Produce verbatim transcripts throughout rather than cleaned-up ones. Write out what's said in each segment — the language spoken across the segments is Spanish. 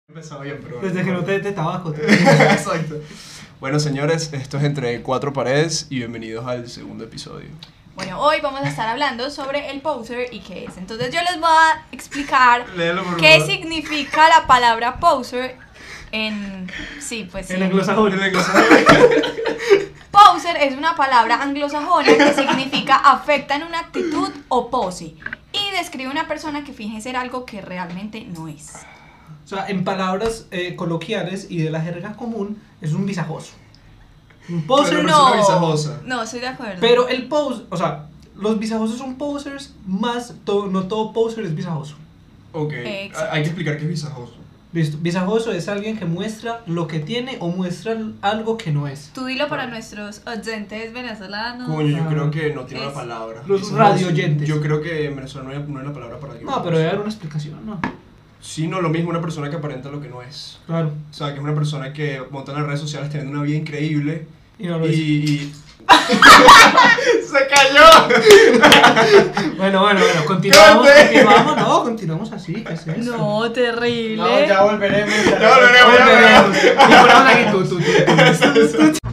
Empezaba bien, pero... Desde que no te de tabaco. Exacto. Bueno, señores, esto es Entre Cuatro Paredes y bienvenidos al segundo episodio. Bueno, hoy vamos a estar hablando sobre el poser y qué es. Entonces yo les voy a explicar Léelo, por qué favor. significa la palabra poser en... Sí, pues sí. En anglosajón. En anglosajón. Poser es una palabra anglosajona que significa afecta en una actitud o pose y describe una persona que finge ser algo que realmente no es. O sea, en palabras eh, coloquiales y de la jerga común, es un visajoso. Un poser. Pero No, persona visajosa. no, estoy de acuerdo. Pero el pose, o sea, los visajosos son posers, más to- no todo poser es visajoso. Ok, Exacto. hay que explicar qué es visajoso. Listo. Visajoso es alguien que muestra lo que tiene o muestra algo que no es. Tú dilo para nuestros oyentes venezolanos. Coño, yo Ah. creo que no tiene Es- una palabra. Los Visajoso. radioyentes. Yo creo que en Venezuela no hay, no hay una palabra para que No, pero debe haber una explicación, ¿no? Sí, no, lo mismo una persona que aparenta lo que no es. Claro. O sea, que es una persona que monta en las redes sociales teniendo una vida increíble Y no lo y... es. y- ¡Se cayó! Bueno, bueno, bueno, continuamos, ¡Corte! continuamos, no, continuamos así, ¿qué es eso? No, terrible. No, ya volveremos. Ya volveremos, ya Volveremos. Y ponemos aquí tú, tú, tú, tú.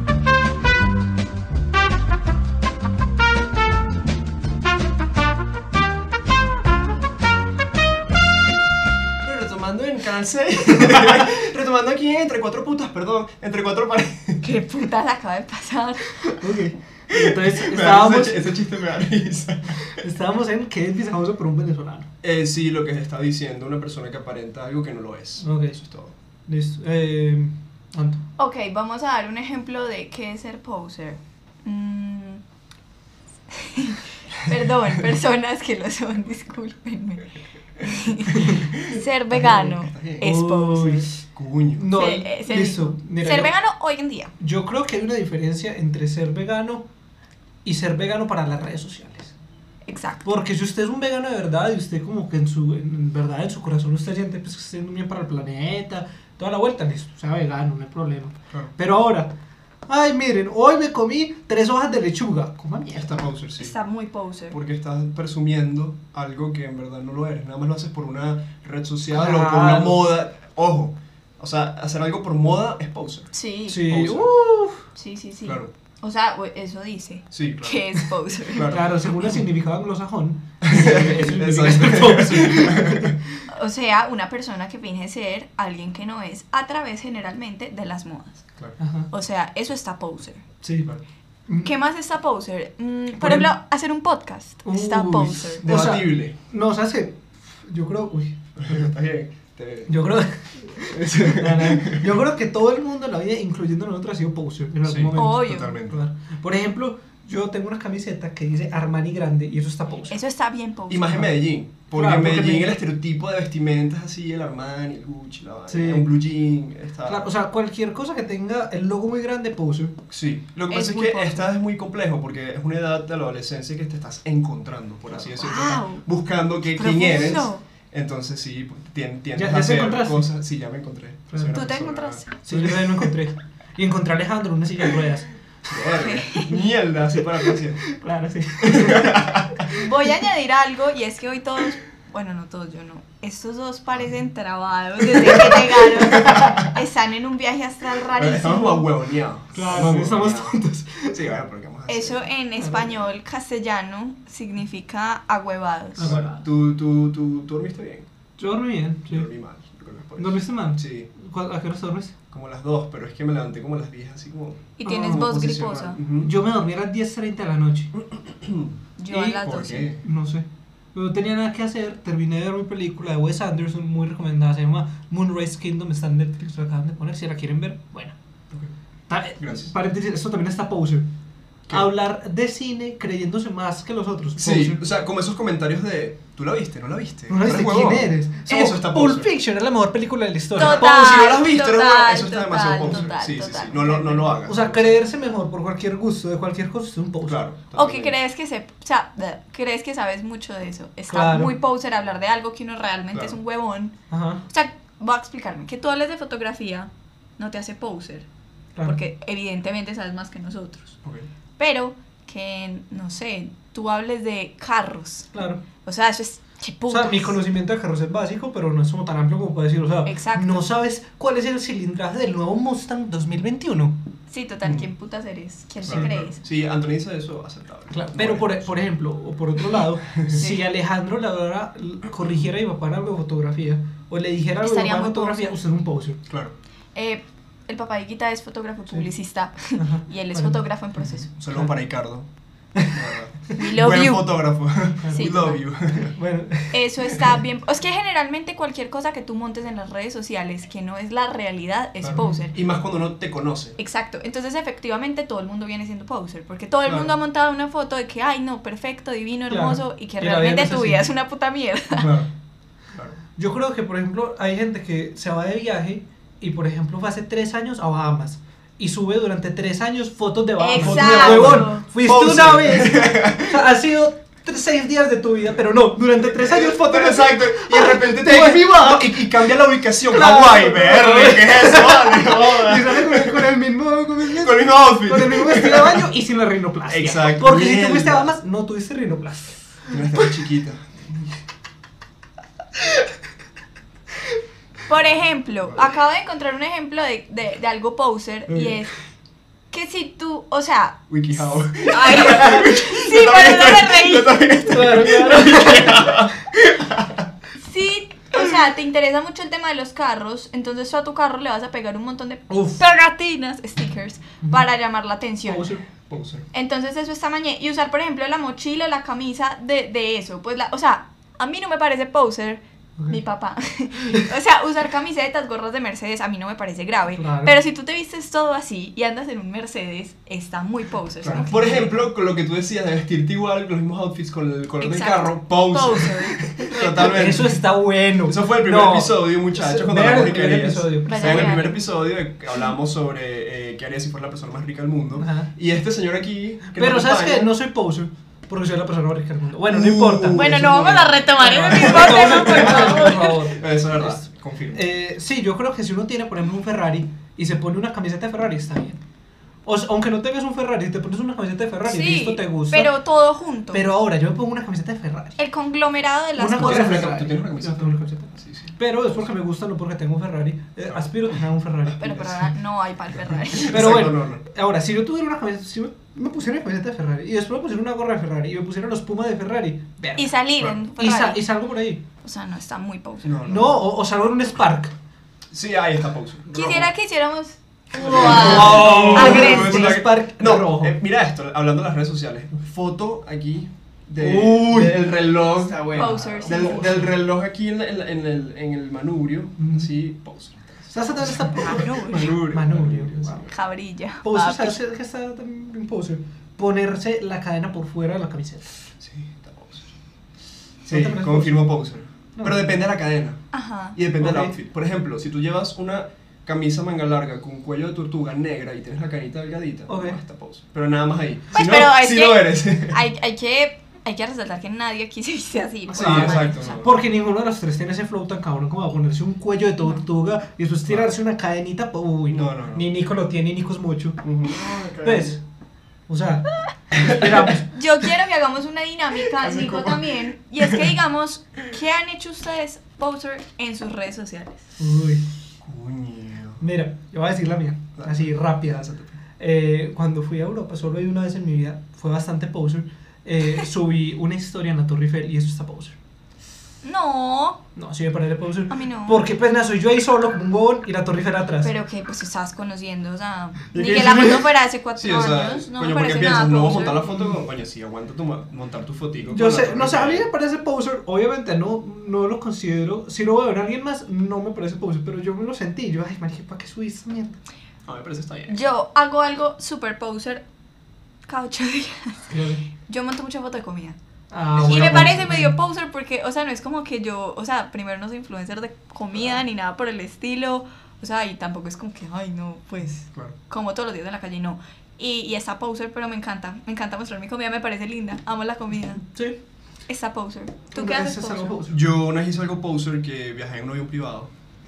Pero retomando en Canal seis, retomando aquí en Entre Cuatro Putas, perdón, Entre Cuatro Paredes. ¿Qué putas acaba de pasar? Ok. Entonces, Me da estábamos, Ese, ese chiste me da risa. estábamos en qué es visajoso por un venezolano. Eh, sí, lo que se está diciendo, una persona que aparenta algo que no lo es. Ok. Eso es todo. Listo. Eh, Anto. Ok, vamos a dar un ejemplo de qué es ser poser. Mm. Perdón, personas que lo son, discúlpenme. Ser vegano Está bien. es poser. Uy. Cuño. No, Se- eh, ser- listo. Mira, Ser yo- vegano hoy en día. Yo creo que hay una diferencia entre ser vegano y ser vegano para las redes sociales. Exacto. Porque si usted es un vegano de verdad y usted como que en su en verdad en su corazón usted siente pues, que está haciendo bien para el planeta, toda la vuelta, listo, sea vegano, no hay problema. Claro. Pero ahora, ay miren, hoy me comí tres hojas de lechuga, coma mierda. Está poser, sí. Está muy poser. Porque estás presumiendo algo que en verdad no lo eres. Nada más lo haces por una red social Claro. o por una moda. Ojo, o sea, hacer algo por moda es poser. Sí, Sí, Poser. uff. sí, sí, sí. Claro, O sea, u- eso dice sí, claro. que es poser. Claro. Claro, según el significado anglosajón, eh, eso significa Exacto. ser poser. O sea, una persona que finge ser alguien que no es a través generalmente de las modas. Claro. Ajá, O sea, eso está poser. sí. Claro. ¿Qué más está poser? Mm, por Por ejemplo, ejemplo- hacer un podcast está Uy. poser. O sea, Debatible. No, ¿sabes qué? Yo creo, uy, Está bien. Te- yo creo, no, no, yo creo que todo el mundo en la vida, incluyendo nosotros, ha sido poser en algún Sí. momento. Obvio. Totalmente. Claro. Por ejemplo, yo tengo una camiseta que dice Armani grande y eso está poser. Eso está bien poser. Y más en Medellín. Porque Claro, en porque Medellín me- el estereotipo de vestimenta es así, el Armani, el Gucci, la vaina, Sí. un blue jean, está... Claro, o sea, cualquier cosa que tenga el logo muy grande, poser. Sí, lo que Es pasa es muy que poser. esta es muy complejo porque es una edad de la adolescencia que te estás encontrando, por así decirlo. Wow. Estás buscando que, quién Profundo. eres. Entonces sí, pues, tien- tiendes ¿Ya- a ya te hacer encontraste? cosas. Sí, ya me encontré. Claro. Soy una ¿Tú te persona- encontraste? Sí, yo también lo encontré. Y encontré a Alejandro en una silla de ruedas. Verga, Mierda, así para Francia. Claro, sí. Voy a añadir algo y es que hoy todos, bueno, no todos, yo no. Estos dos parecen trabados desde que llegaron. Están en un viaje astral Estamos como rarísimo. huevoneados. Claro, estamos tontos. Sí, bueno, pero ¿qué vamos a hacer? Eso en español castellano significa agüevados. Ah, bueno. ¿Tú, tú, tú, tú dormiste bien? Yo dormí bien, Yo sí. dormí mal. yo creo que es por eso. ¿Dormiste mal? Sí, ¿Cu- ¿A qué hora te dormiste? como las dos, pero es que me levanté como a las diez, así como... Y tienes Ah, voz posicional. griposa. Ujú. Yo me dormí a las diez treinta de la noche. Yo a ¿Y las ¿Por doce. qué? No sé. No tenía nada que hacer, terminé de ver mi película de Wes Anderson, muy recomendada, se llama Moonrise Kingdom, está en Netflix, lo acaban de poner, si la quieren ver, bueno. Ta- eh, Gracias. Paréntesis, esto también está poser. ¿Qué? Hablar de cine creyéndose más que los otros. Sí, poser. o sea, como esos comentarios de ¿tú la viste? ¿No la viste? No sabes ¿Tú de eres quién huevón? eres. Eso está Pulp poser. Fiction es la mejor película de la historia. Total. Como si no la has visto, eres total, huevón. Eso está total, demasiado poser. total, Sí, sí, sí. total. No, lo- no lo hagas. O sea, creerse mejor por cualquier gusto de cualquier cosa es un poser. Claro. O que totalmente. crees que se, o sea, bleh, crees que sabes mucho de eso. Está Claro. muy poser hablar de algo que uno realmente Claro. es un huevón. Ajá. O sea, voy a explicarme. Que tú hables de fotografía no te hace poser. Claro. Porque evidentemente sabes más que nosotros. Ok. Pero que, no sé, tú hables de carros. Claro. O sea, eso es Qué O putas. sea, mi conocimiento de carros es básico, pero no es como tan amplio como para decir, o sea, Exacto. no sabes cuál es el cilindraje del nuevo Mustang dos mil veintiuno. Sí, total, ¿quién putas eres? ¿Quién Claro, te claro. crees? Sí, Anthony dice eso, aceptable. Claro, No, pero por, bueno. por ejemplo, o por otro lado, si Alejandro Lavara corrigiera a mi papá en algo de fotografía, o le dijera algo de mi Estaría papá de muy fotografía, poser. usted es un poser. Claro. Eh, el papá de Guita es fotógrafo Sí. publicista Ajá. y él es Bueno. fotógrafo en proceso. Un saludo para Ricardo. We love Buen you. fotógrafo. Sí, We love total. you. Bueno, Eso está bien. Es que generalmente cualquier cosa que tú montes en las redes sociales que no es la realidad es Claro. poser. Y más cuando uno te conoce. Exacto, entonces efectivamente todo el mundo viene siendo poser, porque todo el Claro. mundo ha montado una foto de que, ay no, perfecto, divino, Claro. hermoso, y que Y la vida realmente no es tu así. vida es una puta mierda. Claro. Claro. yo creo que, por ejemplo, hay gente que se va de viaje y, por ejemplo, fue hace tres años a Bahamas y sube durante tres años fotos de Bahamas. Fotos de Exacto. huevón. Fuiste Poser. una vez. O sea, ha sido tres, seis días de tu vida, pero no, durante tres años fotos de Exacto. Y de repente te Take me back. y, y cambia la ubicación. Claro. Hawái, verde. ¿Qué es eso? Vale, Y joda. sale con el, con el mismo con el, Con el mismo outfit. con el mismo vestido de baño y sin la rinoplastia. Exacto. Porque si tú Mierda. fuiste a Bahamas, no tuviste rinoplastia. Mira, estaba chiquita. Por ejemplo, acabo de encontrar un ejemplo de, de, de algo poser y es que si tú, o sea, WikiHow. ay, sí, por eso me reí. Claro, claro. Sí, o sea, te interesa mucho el tema de los carros, entonces tú a tu carro le vas a pegar un montón de Uf. pegatinas, stickers, para llamar la atención. Poser. Poser. Entonces eso está mañé. Y usar, por ejemplo, la mochila o la camisa de, de eso. Pues la, o sea, a mí no me parece poser. Ok. Mi papá. O sea, usar camisetas, gorras de Mercedes, a mí no me parece grave. Claro. Pero si tú te vistes todo así y andas en un Mercedes, está muy poser. Claro. Como que- Por ejemplo, con lo que tú decías de vestirte igual, con los mismos outfits, con el color del Exacto. carro, poser. Poser. Totalmente. Eso está bueno. Eso fue el primer No. episodio, muchachos, cuando Vean hablamos el de primer qué harías. episodio. Vaya, Vean el vean. primer episodio de que hablamos sobre eh, qué harías si fueras la persona más rica del mundo. Ajá. Y este señor aquí. que Pero nos ¿sabes acompaña- qué? No soy poser porque soy la persona más rica del mundo. Bueno, no Uh, importa. Bueno, eso no es vamos a bueno. retomar Bueno, el mismo vamos a tema, por retomar, favor. por favor. Eso es verdad, confirmo. Eh, sí, yo creo que si uno tiene, por ejemplo, un Ferrari y se pone una camiseta de Ferrari, está bien. O sea, aunque no tengas un Ferrari, si te pones una camiseta de Ferrari, Sí, listo, te gusta. pero todo junto. Pero ahora, yo me pongo una camiseta de Ferrari. El conglomerado de las Una ¿Tú cosas. cosa tienes de una- Ferrari. tú tienes una camiseta? Yo tengo una camiseta. Sí, sí. Pero es porque me gusta, no porque tengo un Ferrari. Eh, aspiro a tener un Ferrari. Pero por ahora no hay para el Ferrari. Pero Exacto, bueno, no, no. ahora, si yo tuviera una camiseta, si me- me pusiera una camiseta de Ferrari y después me pusiera una gorra de Ferrari y me pusiera los Pumas de Ferrari, verga. Y salir en Y, sa- Ferrari. y salgo por ahí. O sea, no está muy poser. No, no. No, o, o salgo en un Spark. Sí, ahí está poser. Quisiera que hiciéramos. Wow. ¡Wow! Agresivo. Un Spark No, rojo. eh, mira esto, hablando de las redes sociales. Foto aquí de, Uy. del reloj. Está bueno. Posers. Del, del reloj aquí en, la- en, la- en el, en el manubrio. Mm. Así, poser. ¿Sabes dónde está Manubrio. Manubrio. Manubrio. Wow. Cabrilla. Poser, papi. ¿sabes qué está también poser? Ponerse la cadena por fuera de la camiseta. Sí, está poser. ¿No Sí, te parece confirmo poser. No. Pero depende de la cadena. Ajá. Y depende Ok. del outfit. Por ejemplo, si tú llevas una camisa manga larga con cuello de tortuga negra y tienes la carita delgadita, Ok. no está poser. Pero nada más ahí. Pues, si no, pero es si que- lo eres. Hay, hay que. Hay que resaltar que nadie aquí se viste así. Sí, por exacto, favor. no. Porque ninguno de los tres tiene ese flow tan cabrón como a ponerse un cuello de tortuga y después tirarse una cadenita. Uy, no. No, no, no. Ni Nico lo tiene, ni Nico es mucho. Ujú. ¿Ves? O sea, esperamos. Yo quiero que hagamos una dinámica, Así Nico como- también. Y es que digamos, ¿qué han hecho ustedes poser en sus redes sociales? Uy. Coño. Mira, yo voy a decir la mía, así rápida. Lánzate. Eh, cuando fui a Europa, solo he ido una vez en mi vida, fue bastante poser. Eh, subí una historia en la Torre Eiffel y eso está poser. No, No, sí me parece poser. a mí no. Porque pues nada, soy yo ahí solo como un huevón y la Torre Eiffel atrás. Pero que pues estabas conociendo, o sea, ¿Y ni qué que la dices? foto fuera hace cuatro Sí, o sea, años, no coño, me porque parece piensas, nada no voy a poser. montar la foto con, coño, sí, aguanta tu, ma- montar tu fotico. Yo con sé, la no sé, a mí Torre me parece poser, obviamente no, no lo considero, si lo veo en alguien más, no me parece poser, pero yo me lo sentí, yo, ay, marica, ¿para qué subí esta mierda? Eiffel. No, me parece está bien. Yo hago algo super poser cada ocho días. Yo monto mucha foto de comida. Ah, Y bueno, me parece poser. medio poser porque, o sea, no es como que yo, o sea, primero no soy influencer de comida ni nada por el estilo, o sea, y tampoco es como que, ay, no, pues, Claro. como todos los días en la calle, no. Y, y está poser, pero me encanta, me encanta mostrar mi comida, me parece linda, amo la comida. Sí. Está poser. ¿Tú qué haces Ese es algo poser? poser. Yo una vez hice algo poser que viajé en un avión privado.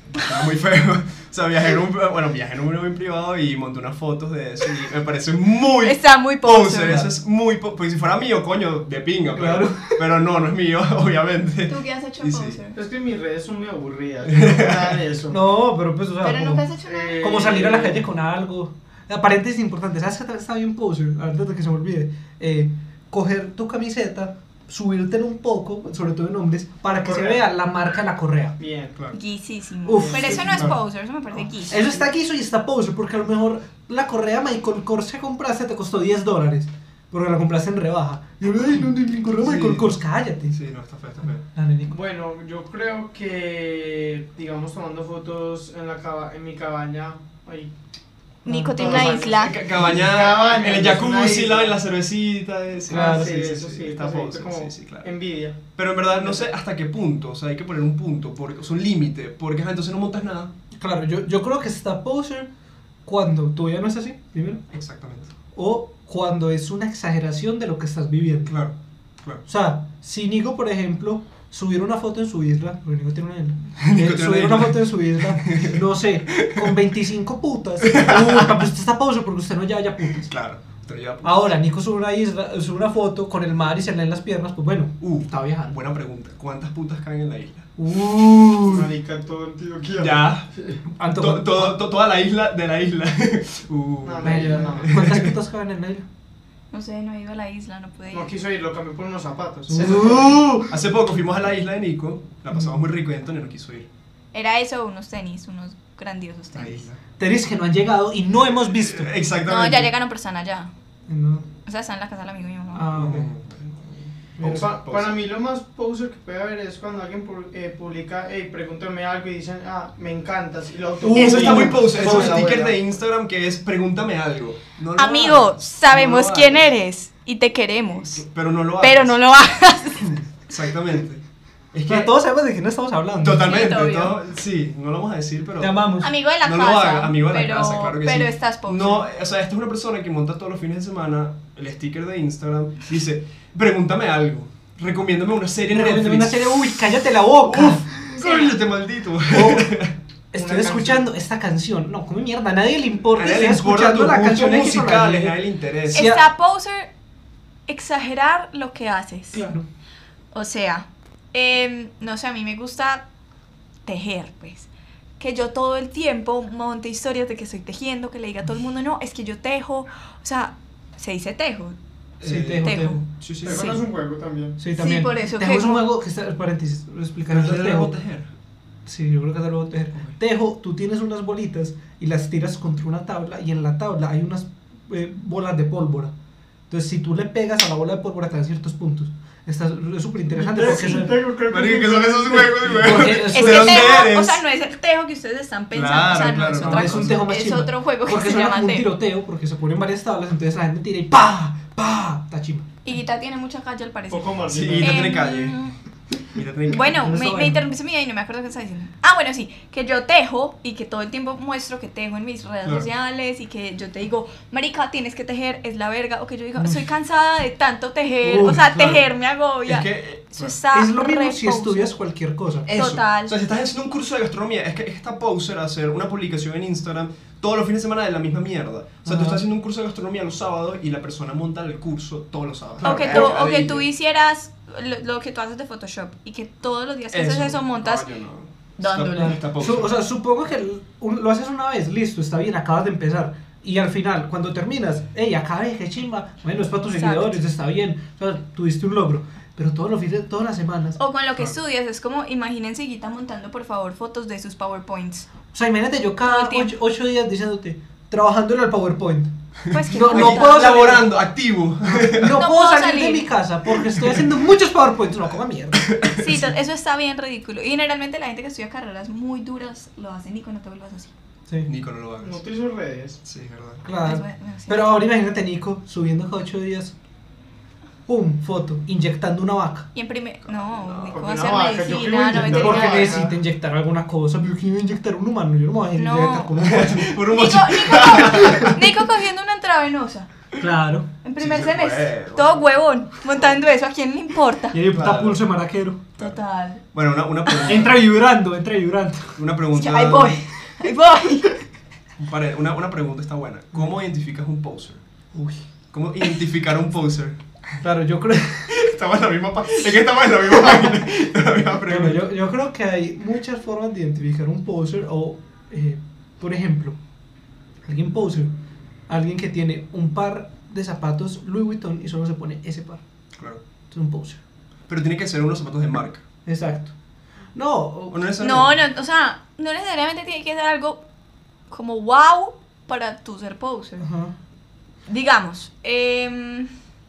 Estaba muy feo. O sea, viajé en un, bueno, viajé en un avión privado y monté unas fotos de eso y me parece muy Está muy poser. poser. Eso es muy po Pues si fuera mío, coño, de pinga, pero, Claro. pero no, no es mío, obviamente. ¿Tú qué has hecho Y sí. poser? Es que mis redes son muy aburridas. Yo no hago nada de eso. No, pero pues, o sea, Pero como, nunca has hecho nada. Eh, como salir a la calle con algo. Paréntesis importante, ¿sabes qué está bien poser? Antes de que se me olvide. Eh, coger tu camiseta, subírtela un poco, sobre todo en hombres, para que Correa. se vea la marca de la correa. Bien. Claro. Guisísimo. Uf, Pero sí, eso no es claro. poser, eso me parece guiso. Eso está guiso y está poser, porque a lo mejor la correa Michael Kors que compraste te costó diez dólares, porque la compraste en rebaja. Y yo, ay, no, mi correa Sí. Michael Kors, cállate. Sí, no, está feo, está feo. Dale, Nico. Bueno, yo creo que, digamos, tomando fotos en, la caba en mi cabaña, ahí. Nico tiene Todos una los isla. Ca- Cabaña, Cabaña, en el es una jacuzzi, isla. la, en la cervecita. Es, Claro, sí, eso sí, está pasadito poser, como sí, sí, claro. envidia. Pero en verdad no sé hasta qué punto, o sea, hay que poner un punto, porque, o sea, un límite, porque ajá, entonces no montas nada. Claro, yo, yo creo que está poser cuando tu vida no es así, primero, Exactamente. o cuando es una exageración de lo que estás viviendo. Claro, claro. O sea, si Nico, por ejemplo, subiera una foto en su isla, porque Nico tiene una isla, Nico eh, tiene subiera una una isla. foto en su isla, no sé, con veinticinco putas, uh, pues usted está poser porque usted no lleva ya putas. Claro. Pero ya, Ahora, Nico sube una isla, sube una foto con el mar y se le leen las piernas, pues bueno, uh, está viajando. buena pregunta. ¿Cuántas putas caen en la isla? Uh, Marica, todo Antioquia. Ya. Anto, To- to- to- toda la isla de la isla. uh, No, Bello, no. ¿cuántas putas caben en la isla? No sé, no he ido a la isla, no pude ir. No quiso ir, lo cambié por unos zapatos. Uh, Hace poco fuimos a la isla de Nico, la pasamos muy rico y Antonio no quiso ir. Era eso, unos tenis, unos grandiosos La tenis. isla. tenis que no han llegado y no hemos visto. Exactamente. No, ya llegaron, pero están allá. No. O sea, están en la casa del amigo de mi mamá. Ah, ok. Pausa, Pa- pausa. para mí lo más poser que puede haber es cuando alguien pu- eh, publica, hey, pregúntame algo y dicen, ah, me encantas. Y lo Uh, Eso está muy poser, Eso esos es la stickers buena. de Instagram que es pregúntame algo. No lo Amigo, hagas, sabemos no lo quién hagas. eres y te queremos. Pero no lo hagas. Pero no lo hagas. Exactamente. Es O que sea, todos sabemos de qué no estamos hablando. totalmente, Sí, obvio. todo- sí, no lo vamos a decir, pero Te amamos. Amigo de la no casa. lo hagas, amigo de la pero, casa, claro que pero sí. estás poser. No, o sea, esta es una persona que monta todos los fines de semana el sticker de Instagram, dice, pregúntame algo, recomiéndame una serie en Recomiéndame Netflix. una serie, uy, cállate la boca. Uf, cállate, maldito. O, estoy Una escuchando esta canción. No, como mierda, a nadie le importa. A nadie Estoy le importa escuchando tus la gustos canción X o la musicales, Y. a nadie le interesa. Sí. Está poser exagerar lo que haces. Claro. O sea, em, no sé, a mí me gusta tejer, pues. Que yo todo el tiempo monte historias de que estoy tejiendo, que le diga a todo el mundo, no, es que yo tejo. O sea, se dice tejo. Sí, Eh, tejo, tejo. tejo. Sí, sí. Pero Sí. no es un juego también. Sí, también. por eso Tejo que- es un juego que está, paréntesis, lo explicaré Pero el yo tejo. debo tejer. Sí, yo creo que te lo voy a tejer. Tejo, tú tienes unas bolitas y las tiras contra una tabla y en la tabla hay unas eh, bolas de pólvora. Entonces, si tú le pegas a la bola de pólvora, te dan ciertos puntos. Está- es súper interesante porque eso, Marica, ¿qué son esos juegos, güey? porque Es eso que ¿De dónde tejo, eres? o sea, no es el tejo que ustedes están pensando, Claro, o sea, no claro, es no, otra es un cosa. tejo más Es chimba. otro juego que porque se suena llama como un tejo. tiroteo, porque se ponen varias tablas, entonces la gente tira y ¡pa! ¡pa! Está chimba. Y Guita tiene mucha calle al parecer. Poco más. Sí, ¿no? ya tiene Em, calle. Mira, tiene- Bueno, Eso está me, me bueno. interrumpiste mi idea y no me acuerdo qué estaba diciendo. Ah, bueno, sí, que yo tejo y que todo el tiempo muestro que tejo en mis redes Claro. sociales y que yo te digo, marica, tienes que tejer, es la verga, o que yo digo, Uf. soy cansada de tanto tejer, Uf, o sea, claro. tejer me agobia. Es que Eso está Es lo mismo re si poser. estudias cualquier cosa. Eso. Total. O sea, si estás haciendo un curso de gastronomía, es que está poser hacer una publicación en Instagram todos los fines de semana de la misma mierda. O sea, tú Ajá. estás haciendo un curso de gastronomía los sábados y la persona monta el curso todos los sábados. O que, Claro, tú, o que ladilla. tú hicieras lo, lo que tú haces de Photoshop y que todos los días que haces eso montas Coño, no. dándole. Está- está poser. Su- o sea, supongo que el- un- lo haces una vez, listo, está bien, acabas de empezar. Y al final, cuando terminas, hey, acabé, qué chimba. Bueno, es para tus Exacto. seguidores, está bien. O sea, tuviste un logro. Pero todos los fines, todas las semanas. O con lo que Claro. estudias, es como, imagínense Guita montando por favor fotos de sus PowerPoints. O sea, imagínate yo Todo cada el tiempo. ocho, ocho días diciéndote, trabajando en el PowerPoint. Pues que No, no falta. puedo salir. Laborando, activo. No, No puedo puedo salir, salir. de mi casa porque estoy haciendo muchos PowerPoints. No, como mierda. Sí, to- eso está bien ridículo. Y generalmente la gente que estudia carreras muy duras lo hacen y cuando te vuelvas así. Sí, Nico, no lo No hagas. utilizo redes. Sí, es verdad. claro. Eso es- bueno, sí. Pero ahora imagínate Nico subiendo cada ocho días. Pum, foto, inyectando una vaca. Y en primer. No, No, Nico porque va a una hacer vaca, yo medicina, quiero no inyectar Porque una veterinaria. vaca. necesita inyectar alguna cosa. Pero ¿quién iba a inyectar un humano? Yo no me voy a No. inyectar con un macho. Por un Nico, motivo. Nico, Nico cogiendo una intravenosa. Claro. En primer Sí se semestre. puede, Todo huevón, montando eso, ¿a quién le importa? Y ahí está Claro. pulso de maraquero. Total. Bueno, una, una pregunta. Entra vibrando, entra vibrando. Una Es pregunta. que ahí voy, ahí voy. Pare- Una, una pregunta está buena. ¿Cómo identificas un poser? Uy. ¿Cómo identificar un poser? Claro, yo creo, Estamos en la misma página. Es que estamos en la misma página. La misma bueno, pregunta. yo, yo creo que hay muchas formas de identificar un poser o, eh, por ejemplo, alguien poser, alguien que tiene un par de zapatos Louis Vuitton y solo se pone ese par. Claro. Es un poser. Pero tiene que ser unos zapatos de marca. Exacto. No, ¿O o- no No, necesariamente? no, o sea, no necesariamente tiene que ser algo como wow para tu ser poser. ajá. Digamos, eh,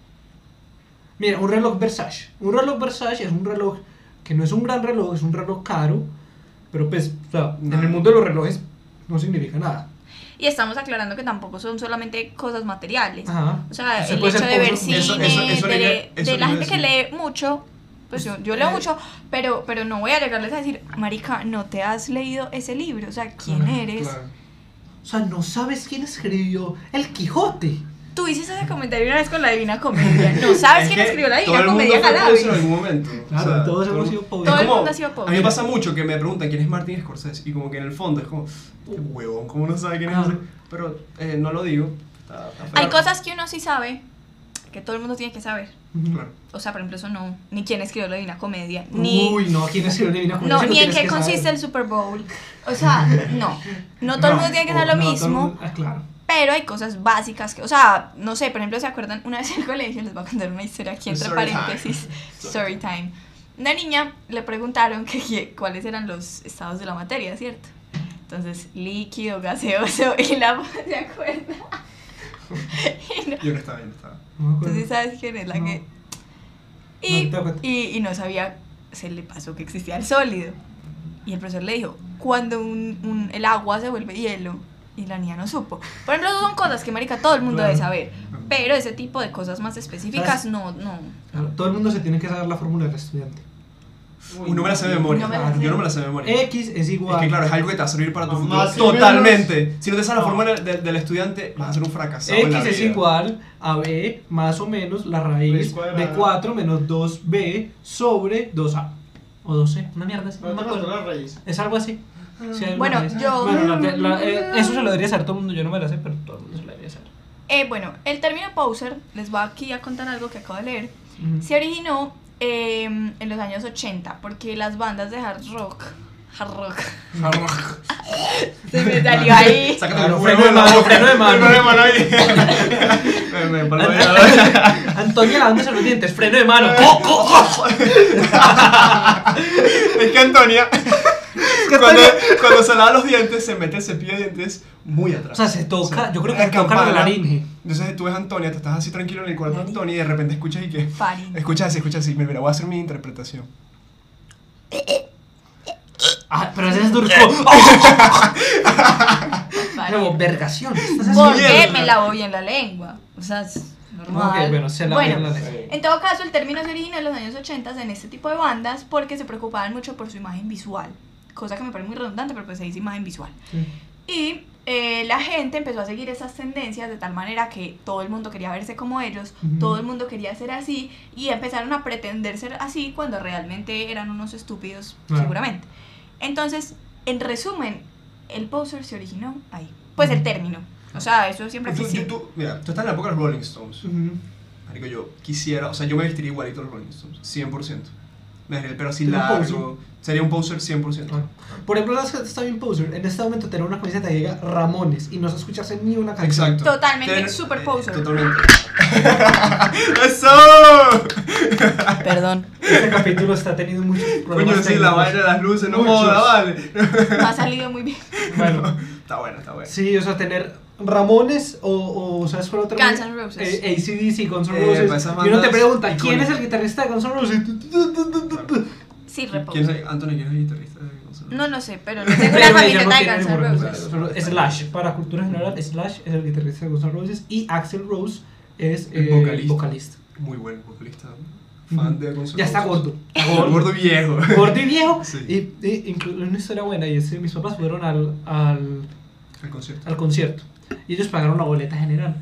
Mira, un reloj Versace. Un reloj Versace es un reloj que no es un gran reloj, es un reloj caro, pero pues, o sea, No. en el mundo de los relojes no significa nada. y estamos aclarando que tampoco son solamente cosas materiales. Ajá. O sea, Se el puede hecho ser de ver poser. cine, Eso- eso- eso de, le iba- de eso le la iba a gente que decir. lee mucho, pues yo, yo leo mucho, pero, pero no voy a llegarles a decir, marica, no te has leído ese libro, o sea, ¿quién Claro, eres? Claro. O sea, no sabes quién escribió El Quijote. Tú hiciste ese comentario una vez con la Divina Comedia, no sabes Es quién que escribió la todo Divina el mundo Comedia, fue Galavis. poser en algún momento. Claro, O sea, todos todo- hemos sido pobres. Todo es el como- mundo ha sido pobre. A mí me pasa mucho que me preguntan quién es Martin Scorsese y como que en el fondo es como, qué huevón, ¿cómo no sabe quién es? Claro. ese? Pero eh, no lo digo. Está, está feo. Hay cosas que uno sí sabe, que todo el mundo tiene que saber. Ujú. Claro. O sea, por ejemplo, eso no, ni quién escribió la Divina Comedia, ni... Uy, no, ¿quién escribió Divina Comedia? No, Eso lo ni en tienes qué que consiste saber. el Super Bowl. O sea, no. No todo el mundo tiene que saber o- lo no, todo el mismo, mundo- ah, claro. pero hay cosas básicas que, o sea, no sé, por ejemplo, ¿se acuerdan? Una vez en el colegio, les voy a contar una historia aquí entre Story time. paréntesis, story time. Una niña le preguntaron que, que cuáles eran los estados de la materia, ¿cierto? Entonces, líquido, gaseoso, y la ¿se acuerda? Y no- Yo no estaba, yo no estaba. No me ¿Tú acuerdo. sí sabes quién es la No. que...? No, Y, te acuerdas. y, y no sabía, se le pasó que existía el sólido. Y el profesor le dijo, cuando un, un- el agua se vuelve hielo. Y la niña no supo. Por ejemplo, son cosas que, marica, todo el mundo Claro. debe saber. Pero ese tipo de cosas más específicas, ¿Sabes? no, no. Claro, todo el mundo se tiene que saber la fórmula del estudiante. Uy, no me la sé de memoria. No me la sé. Yo no me la sé de memoria. X es igual. Es que claro, es algo que te va a servir para tu futuro. Más y Totalmente. Si no te sabes la No. fórmula del, del estudiante, vas a ser un fracasado en la X es vida. igual a B más o menos la raíz Raíz cuadrada. de cuatro menos dos B sobre dos A. O dos C. Una mierda así. No Pero me te faltó acuerdo. la raíz. Es algo así. Sí, hay Bueno, una raíz. yo- Bueno, la- la- eh, eso se lo debería saber todo el mundo. Yo no me la sé, pero todo el mundo se la debería saber. Eh, bueno, el término poser, les voy aquí a contar algo que acabo de leer, Ujú. se originó eh, en los años ochenta, porque las bandas de hard rock, hard rock, se me salió ahí. Sácate Claro, el freno huevo de mano, freno de mano. Freno de mano ahí. Me- me palmo ahí. Antonia lavándose los dientes, freno de mano. ¡Co, co, co! Es que Antonia, cuando, cuando se lava los dientes, se mete el cepillo de dientes muy atrás. O sea, se toca, O sea, yo creo la que se toca la campana. laringe. Entonces tú ves a Antonia, te estás así tranquilo en el cuarto de Antonia y de repente escuchas y que... Farín. Escuchas así, escuchas así. Mira, mira, voy a hacer mi interpretación. Ah, pero ese es duro. Farín. Como vergación. Estás Porque mierda. me lavo bien la lengua. O sea, es normal. Ok, bueno, se la Bueno, bien la lengua. en todo caso, el término se originó en los años ochenta en este tipo de bandas porque se preocupaban mucho por su imagen visual. Cosa que me parece muy redundante, pero pues se dice imagen visual. Sí. Y eh, la gente empezó a seguir esas tendencias de tal manera que todo el mundo quería verse como ellos, Ujú. todo el mundo quería ser así y empezaron a pretender ser así cuando realmente eran unos estúpidos, Claro. seguramente. Entonces, en resumen, el poser se originó ahí. Pues el Ujú. término. O sea, eso siempre Tú, tú, existió. tú- mira, tú estás en la época de los Rolling Stones. Ujú. Marico, yo quisiera, o sea, yo me vestiría igualito a los Rolling Stones, cien por ciento. Me dejaría el pelo así ¿Tú un largo. Sería un poser cien por ciento. Claro. Por ejemplo, las que está bien poser. En este momento tener una camiseta que diga Ramones y no se escucharse ni una canción. Exacto. Totalmente Tener- super eh, poser. Totalmente. ¡Eso! Perdón. Este capítulo está teniendo muchos problemas. Coño, sí, la técnicos. vaina de las luces, no Muchos. joda, vale. Me ha salido muy bien. Bueno, Está bueno, está bueno. sí, o sea, tener Ramones o, o ¿sabes cuál otra? Guns N' Roses. Eh, A C D C, Guns N' Eh, Roses. pues esas y uno te bandas pregunta, ¿quién icónicas. es el guitarrista de Guns N' Roses? Sí, ¿Quién reposo. es Anthony? ¿Quién es el guitarrista de Guns N' Roses? No lo sé, pero no tengo la Pero ella no camiseta de tiene Guns N' ningún Roses. recuerdo. Slash, para cultura general, Slash es el guitarrista de Guns N' Roses y Axl Rose es El eh, vocalista. vocalista. Muy buen vocalista. Fan de Guns N' Ya está Roses. gordo. Está gordo. Gordo viejo. Gordo y viejo. Sí. Y, y incluso una historia buena, y es que mis papás fueron al, al, El concierto. al concierto y ellos pagaron la boleta general.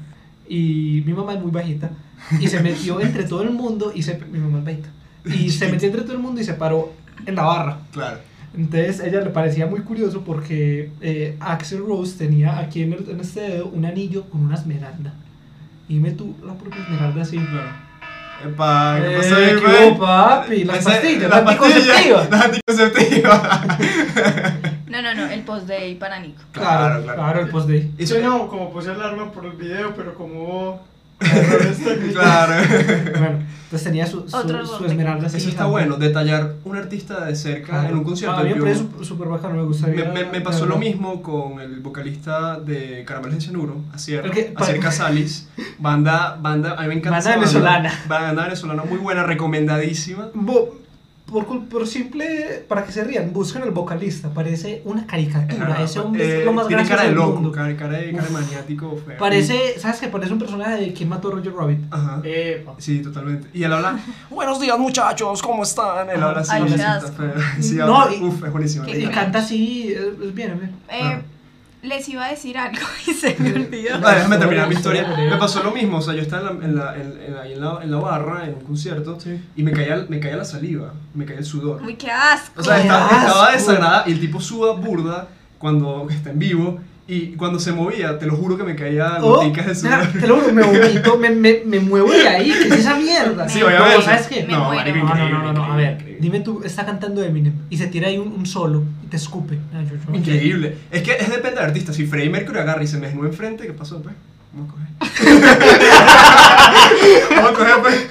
y mi mamá es muy bajita y se metió entre todo el mundo y se mi mamá es bajita y se metió entre todo el mundo y se paró en la barra. Claro. Entonces a ella le parecía muy curioso porque eh, Axl Rose tenía aquí en, el, en este dedo un anillo con una esmeralda. Y dime tú la propia esmeralda así. Claro. Epa, ¿qué Eh, pasó ahí, ¿qué güey? hubo, papi? Las Ese- pastillas, las las anticonceptivas. Las anticonceptivas. No, no, no, el post day para Nico. Claro, Claro, claro, claro. el post day. Eso Sí, no, como puse el arma por el video, pero como hubo errores técnicos. Claro. Bueno, entonces tenía su, su, Otro su error esmeralda así. Eso está gigante. bueno, detallar un artista de cerca Claro. en un concierto. Ah, a mí me Yo- parece su- súper bacano, me gustaría. me, me- me pasó lo mismo con el vocalista de Caramelos de Cianuro, Asier, El que- Asier Casalis, banda, banda, a mí me encanta Banda esa venezolana. Banda, banda venezolana muy buena, recomendadísima. Bo- por, cul- por simple, para que se rían, busquen al vocalista, parece una caricatura. Ah, Ese hombre es eh, lo más tiene gracioso cara de del loco, mundo. cara, cara de, cara de Uf. maniático feo. Parece, ¿sabes qué? Parece un personaje de ¿Quién mató a Roger Rabbit? Ajá. Epa. Sí, totalmente. Y él habla, buenos días muchachos, ¿cómo están? Él habla así, Ay, así qué está asco. feo. Sí, No, habla- y- uf, es buenísimo. Qué me Y encanta. canta así, es, es bien, bien. Eh, Ah. Les iba a decir algo y se me olvidó. Vale, déjame terminar mi Historia, historia. historia. Me pasó lo mismo, o sea, yo estaba en la, en la, en, en la, en la, en la barra, en un concierto, Sí. y me caía, me caía la saliva, me caía el sudor. Uy, qué asco. O sea, ¡Qué estaba, asco! estaba desagradable y el tipo suda burda cuando está en vivo y cuando se movía, te lo juro que me caía Oh, goticas de mira, sudor. te lo juro, me vomito, me, me, me muevo de ahí, ¿qué es esa mierda? Sí, No, obviamente. ¿sabes qué? Me No, muero. marico, No, no, increíble, no, no, no, a increíble, ver, increíble. dime tú, está cantando Eminem y se tira ahí un, un solo y te escupe. Ah, yo- yo- Increíble. Es que es depende del artista. Si Freddie Mercury agarra y se me desnuda enfrente, ¿qué pasó, pues? Vamos a coger. Vamos a coger, pues.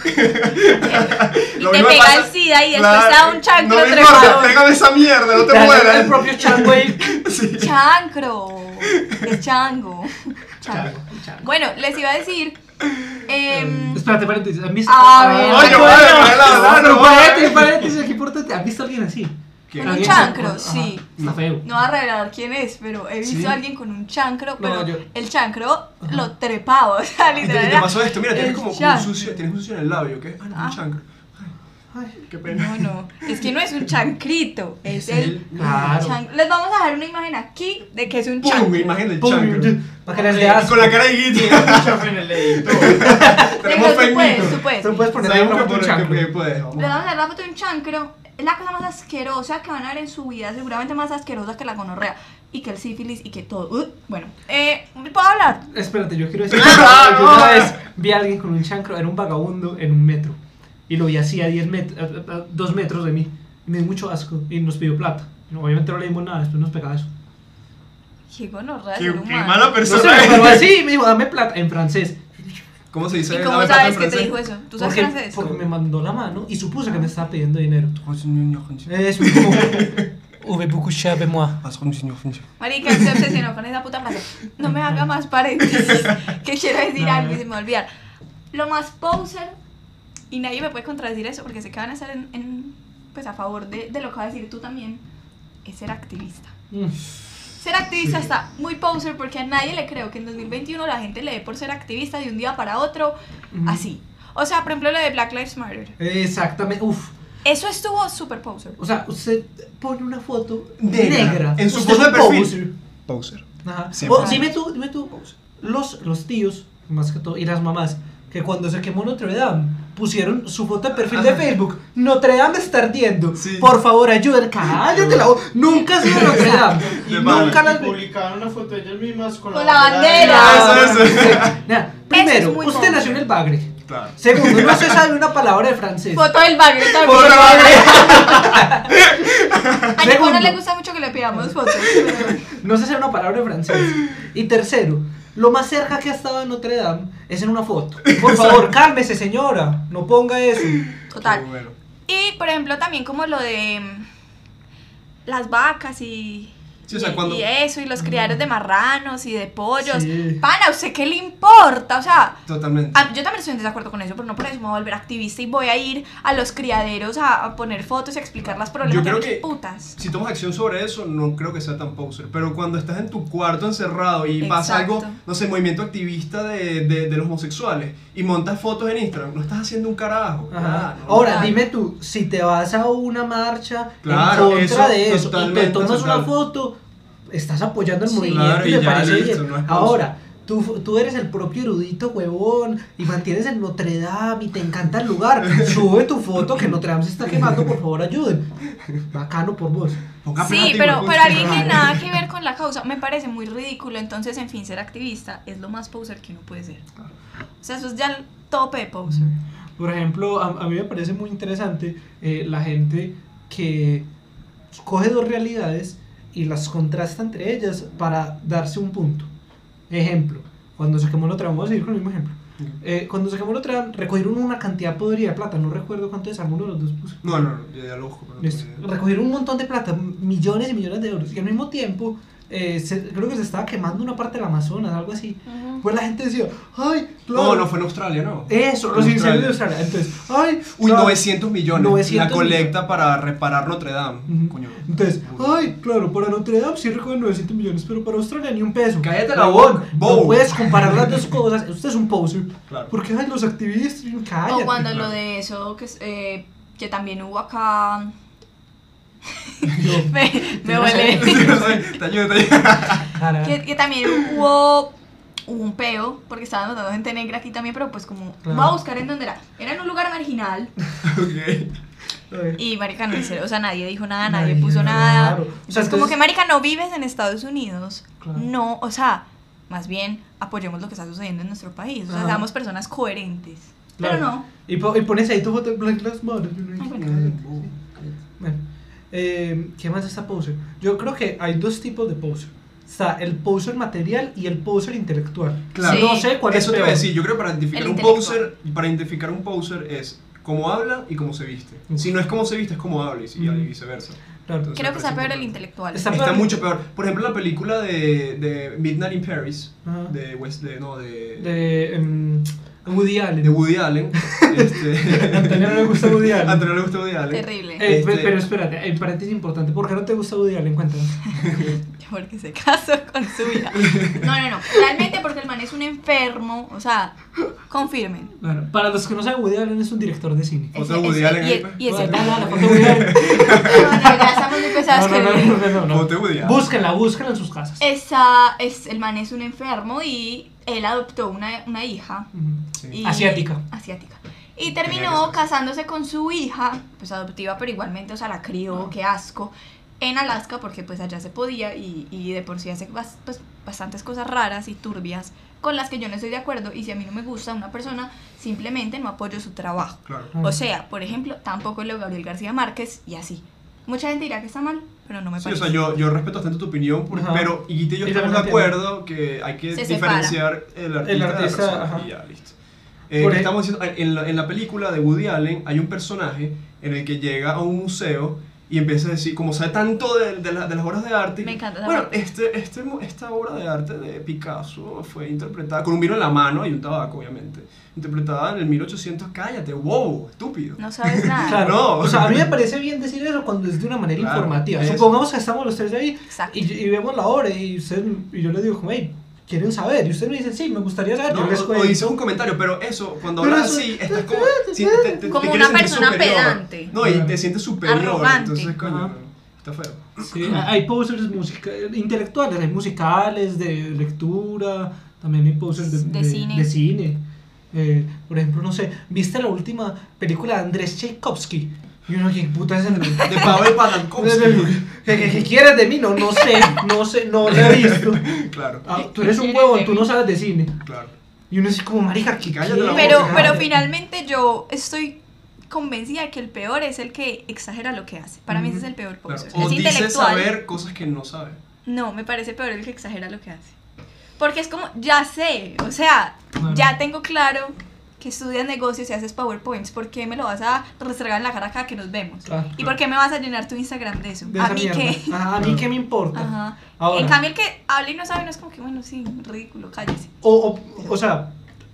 Y Lo te mismo pega pasa- el SIDA y después Claro, te da un chancro No me importa, trepador. pégame esa mierda, no te Dale, mueras. el propio Changway. Sí. Chancro. Es chango. Chango. Chango, chango. Bueno, les iba a decir. em, Espérate, paréntesis, ¿han visto? A Ah, ver. Oye, bueno, vale, bueno, vale, no, vale, pero vale. paréntesis, paréntesis, qué importante. ¿Has visto a alguien así? ¿Qué? Con un Alguien chancro, con- sí. ajá, Está feo. no voy a revelar quién es, pero he visto ¿Sí? a alguien con un chancro, pero No, yo- el chancro lo trepaba, o sea, Y te, y literal. te era pasó esto, mira, tienes el como, como un chancro. sucio, tienes un sucio en el labio, ¿qué? Ah, no, Ah. un chancro. Ay, Qué pena. No, no, es que no es un chancrito, es Es el el- claro. chancro. Les vamos a dejar una imagen aquí de que es un ¡Pum! chancro. Imagen del pum, chancro. para que les Y dé asco. con la cara de Guiti. Mucha fe en el editor. Tenemos Venga, tú fe puedes, en tú puedes. Tú puedes poner Sabemos la que foto de por- un chancro. que- que puedes. Vamos. Les vamos a dar la foto de un chancro. Es la cosa más asquerosa que van a ver en su vida, seguramente más asquerosa que la gonorrea y que el sífilis y que todo. Uh, bueno, eh, ¿puedo hablar? Espérate, yo quiero decir Ah, que no. una vez vi a alguien con un chancro, era un vagabundo en un metro. Y lo vi así a diez metros, a, a- a dos metros de mí. Y me dio mucho asco y nos pidió plata. No, obviamente no le dimos nada, después nos pegaba eso. Qué gonorrea de Qué, ser qué humano. mala No persona. sé, pero así me dijo, dame plata en francés. ¿Cómo se dice? ¿Y cómo Dame plata en sabes que te francés. dijo eso? ¿Tú sabes Porque, francés? porque me mandó la mano y supuse que me estaba pidiendo dinero. Eh, Es como... Uve beaucoup cher de moi. Marica, se obsesionó con esa puta frase. No me haga más paréntesis, que quiero decir No. algo y se me va a olvidar. Lo más poser, y nadie me puede contradecir eso porque sé que van a estar en, en, pues a favor de, de lo que va a decir tú también, es ser activista. Mm. Ser activista está muy poser porque a nadie le creo que en dos mil veintiuno la gente le dé por ser activista de un día para otro, Ujú. así. O sea, por ejemplo, lo de Black Lives Matter. Exactamente, uf. Eso estuvo súper poser. O sea, usted pone una foto Negra, negra, en su usted foto es de un perfil. poser. Poser. Ajá. cien por O, ciento. dime tú, dime tú, los, los tíos, más que todo, y las mamás, que cuando se quemó Notre Dame, pusieron su foto de perfil de Ajá. Facebook, Notre Dame está ardiendo, Sí. por favor ayuden, cállate la voz, nunca ha sido Notre Dame, De y pana. nunca Y las... publicaron una foto de ellas mismas con, Con la bandera. Ah, eso, eso. Mira, primero, muy usted pobre. nació en el Bagre, Claro. segundo, no se sabe una palabra de francés, Foto del bagre Foto también. del Bagre. A Nico no Segundo. le gusta mucho que le pidamos fotos. pero- no se sabe una palabra de francés, y tercero, lo más cerca que ha estado en Notre Dame es en una foto, por favor, cálmese señora, no ponga eso. Total. Qué bueno. Y por ejemplo también como lo de mm, las vacas y, Sí, o sea, y- cuando- y eso, y los criaderos de marranos y de pollos. Sí. Pana, ¿a usted qué le importa? O sea, Totalmente. a- yo también estoy en desacuerdo con eso, pero no por eso me voy a volver activista y voy a ir a los criaderos a, a poner fotos y a explicar las problemas creo de que- mis putas. Si tomas acción sobre eso, no creo que sea tan poser. Pero cuando estás en tu cuarto encerrado y pasa Exacto. algo, no sé, movimiento activista de, de, de los homosexuales y montas fotos en Instagram, no estás haciendo un carajo. Ajá. Nada, no. Ahora, Total. dime tú, si te vas a una marcha Claro, en contra eso de eso y te totalmente tomas una aceptable. foto, estás apoyando el Sí. movimiento Claro, y y me ya, parece listo, bien. no es Ahora, tú, tú eres el propio erudito huevón y mantienes en Notre Dame y te encanta el lugar. Sube tu foto que Notre Dame se está quemando, por favor ayuden. Bacano por vos. Ponga Sí, plata y pero, huevón, pero alguien que Claro. nada que ver con la causa me parece muy ridículo. Entonces, en fin, ser activista es lo más poser que uno puede ser. O sea, eso es ya el tope de poser. Por ejemplo, a, a mí me parece muy interesante eh, la gente que coge dos realidades y las contrasta entre ellas para darse un punto. Ejemplo, cuando se quemó Notre Dame, vamos a seguir con el mismo ejemplo. Eh, cuando se quemó Notre Dame, recogieron una cantidad podrida de plata, no recuerdo cuánto desarmó uno de los dos puso. No, no, no, yo ya lo busco. pero no Listo. tengo idea. Recogieron un montón de plata, millones y millones de euros, y al mismo tiempo, eh, se- creo que se estaba quemando una parte del Amazonas, algo así. Ujú. Pues la gente decía, ¡ay! No, claro". no, fue en Australia, ¿no. Eso, los En incendios de Australia. Entonces, ¡ay! Uy, claro. novecientos millones. novecientos la colecta para reparar Notre Dame. Ujú. Coño. Entonces, ay, claro, para Notre Dame sí recogen novecientos millones, pero para Australia ni un peso. Cállate la Huevón, boca, No bobo. puedes comparar las dos cosas. Usted es un poser. Claro. Porque ay, los activistas, cállate. O cuando claro. lo de eso, que, es, eh, que también hubo acá. Yo, me me no huele. Te ayudo, te ayudo. cara, que, que también hubo, hubo un peo, porque estaban notando gente negra aquí también, pero pues como, Claro. voy a buscar en dónde era. Era en un lugar marginal. Ok. a ver. Y marica, no hice- o sea, nadie dijo nada, nadie, Nadie, puso claro. nada. O sea, O sea, es como entonces- que marica, no vives en Estados Unidos. Claro. No, o sea, más bien apoyemos lo que está sucediendo en nuestro país. O sea, Ajá. seamos personas coherentes. Claro. Pero no. Y, po- y pones ahí tu foto de Black Lives Matter. y uno dice, Ay, bueno. cállate, sí. Bueno, eh, ¿qué más está poser? Yo creo que hay dos tipos de poser. Está el poser material y el poser intelectual. Claro. Sí. No sé cuál Eso es te iba a peor. decir, yo creo que para identificar El un intelectual. poser, para identificar un poser es cómo habla y cómo se viste. Mm. Si no es cómo se viste, es cómo habla y, si- Mm. y viceversa. Claro. Entonces, Creo me que está parece peor el importante. intelectual. Está Está peor. mucho peor. Por ejemplo, la película de, de Midnight in Paris, Ajá. de West, de, no, de, De em, Woody Allen. de Woody Allen. este, A Antonio no le gusta Woody Allen. A Antonio le gusta Woody Allen. Terrible. Eh, Este- pe- Pero espérate, el paréntesis importante. ¿Por qué no te gusta Woody Allen? Cuéntanos. Porque se casó con su hija. No, no, no. Realmente porque el man es un enfermo. O sea, confirmen. Bueno, para los que no saben, Woody Allen es un director de cine. Foto de Woody Allen y, ahí, pues. y ese No, no, no, la foto de Woody Allen. No, no, ya estamos muy pesados. No, no, no, que- no, no, no. Foto de Woody Allen. Búsquenla, búsquenla en sus casas. Esa, es, el man es un enfermo y él adoptó una, una hija. Ujú. Sí. Y- Asiática. Asiática. Y Tenía terminó que ser. casándose con su hija, pues adoptiva, pero igualmente, o sea, la crió, qué asco, en Alaska, porque pues allá se podía y, y de por sí hace bas- pues, bastantes cosas raras y turbias con las que yo no estoy de acuerdo. Y si a mí no me gusta una persona, simplemente no apoyo su trabajo. Claro. O sea, por ejemplo, tampoco Leo Gabriel García Márquez y así. Mucha gente dirá que está mal, pero no me Sí, o parece. sea, yo, yo respeto bastante tu opinión, por- Ajá. pero Iguita y yo Y estamos de también acuerdo que hay que Se separa. diferenciar el artista, El de la artista, persona, ajá. y ya, listo. Eh, Por que ej- estamos diciendo, en la, en la película de Woody Allen hay un personaje en el que llega a un museo y empieza a decir, como sabe tanto de, de, la- de las obras de arte, Me encanta esa bueno, parte. este, este, mo- esta obra de arte de Picasso fue interpretada con un vino en la mano y un tabaco, obviamente, interpretada en el mil ochocientos, cállate, wow, estúpido. No sabes nada. Claro. No. O sea, a mí me parece bien decir eso cuando es de una manera Claro, informativa. eso. Supongamos que estamos los tres ahí Exacto. y, y vemos la obra y, usted, y yo le digo, como, hey, ¿quieren saber? Y ustedes me dicen, sí, me gustaría saber. No, yo les o, o cuento. dices un comentario, pero eso, cuando Pero hablas eso- así, estás como. si- te- te- Como te una quieres sentir persona superior. pedante. No, y te sientes superior. Arrogante. Entonces, coño, Ajá. está feo. Sí, hay posters musica- intelectuales, hay musicales, de lectura, también hay posters de, De cine. de cine. Eh, por ejemplo, no sé, ¿viste la última película de Andrés Tchaikovsky? Y uno, ¿qué puta es el De Pavel Padakovsky. ¿Qué, qué, qué quieres de mí? No, no sé, no sé, no lo he visto. Claro, Ah, tú eres un huevón, tú no sabes de cine. claro. Y uno así como, marica, ¿qué Cállate qué? la Pero, boca. pero finalmente yo estoy convencida de que el peor es el que exagera lo que hace. Para mí ese es el peor claro. poser. O Es dice intelectual. saber cosas que no sabe. No, me parece peor el que exagera lo que hace. Porque es como, ya sé, o sea, Claro. ya tengo claro que estudias negocios y haces PowerPoints. ¿Por qué me lo vas a restregar en la cara cada que nos vemos? Claro. ¿Y por qué me vas a llenar tu Instagram de eso? De a esa mí mierda. qué. Ajá, a mí qué me importa. Ajá. Ahora. En cambio, el que habla y no sabe, no es como que, bueno, sí, ridículo, cállese. O, o, o sea,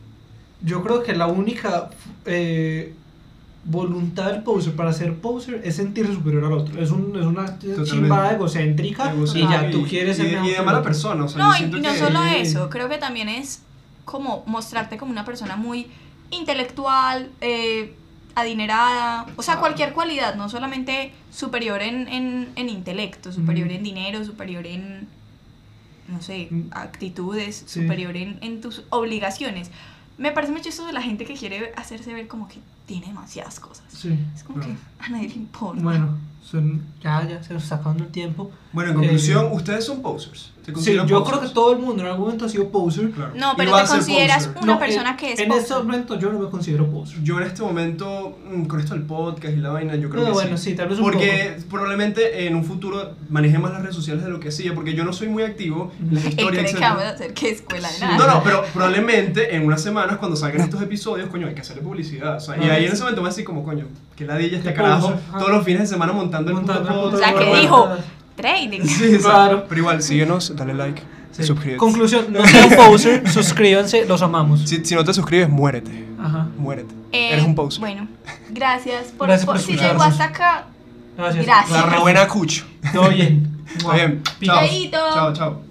yo creo que la única eh, voluntad del poser para ser poser es sentirse superior al otro. Es, un, es una chimbada egocéntrica y ya tú quieres ser y, mejor y que de el mala otro. persona. O sea, No, yo y siento no que- solo eso, creo que también es como mostrarte como una persona muy intelectual, eh, adinerada, o sea, Ah. cualquier cualidad, no solamente superior en, en, en intelecto, superior Ujú. en dinero, superior en, no sé, Mm. actitudes, Sí. superior en, en tus obligaciones. Me parece muy chistoso la gente que quiere hacerse ver como que tiene demasiadas cosas. Sí. Es como Claro. que a nadie le importa. Bueno, son, ya, ya se nos está acabando el tiempo. Bueno, en conclusión, Eh, ustedes son posers. ¿Se Sí, consideran yo posers? creo que todo el mundo en algún momento ha sido poser. Claro. No, Y pero va te a ser consideras poser. una No, persona en- que es En poser. este momento yo no me considero poser. Yo en este momento, mm, con esto del podcast y la vaina, yo creo No, que bueno, sí, tal vez un Porque probablemente en un futuro maneje más las redes sociales de lo que hacía, porque yo no soy muy activo en las Él historias, cree que vamos a etcétera. hacer que escuela de Sí. nada. No, no, pero probablemente en unas semanas cuando salgan estos episodios, coño, hay que hacerle publicidad. O sea, y Ah, ahí en sí. ese momento voy a decir como, coño, que ladilla este Qué carajo, poser. Ah. todos los fines de semana montando el Montando puto el puto podcast. O sea, que Bueno, dijo, bueno. trading. Sí, exacto. Claro. Pero igual, síguenos, dale like Sí. y suscríbete. Conclusión, no sean poser, suscríbanse, los amamos. Si, si no te suscribes, muérete. Ajá. Muérete. Eh, Eres un poser. Bueno, gracias por, Gracias por- por si escucharnos. llegó hasta acá. Gracias. Gracias. La rebuena cucho. Todo bien. Está bien. Pica. Chao. Chaito. Chao, chao.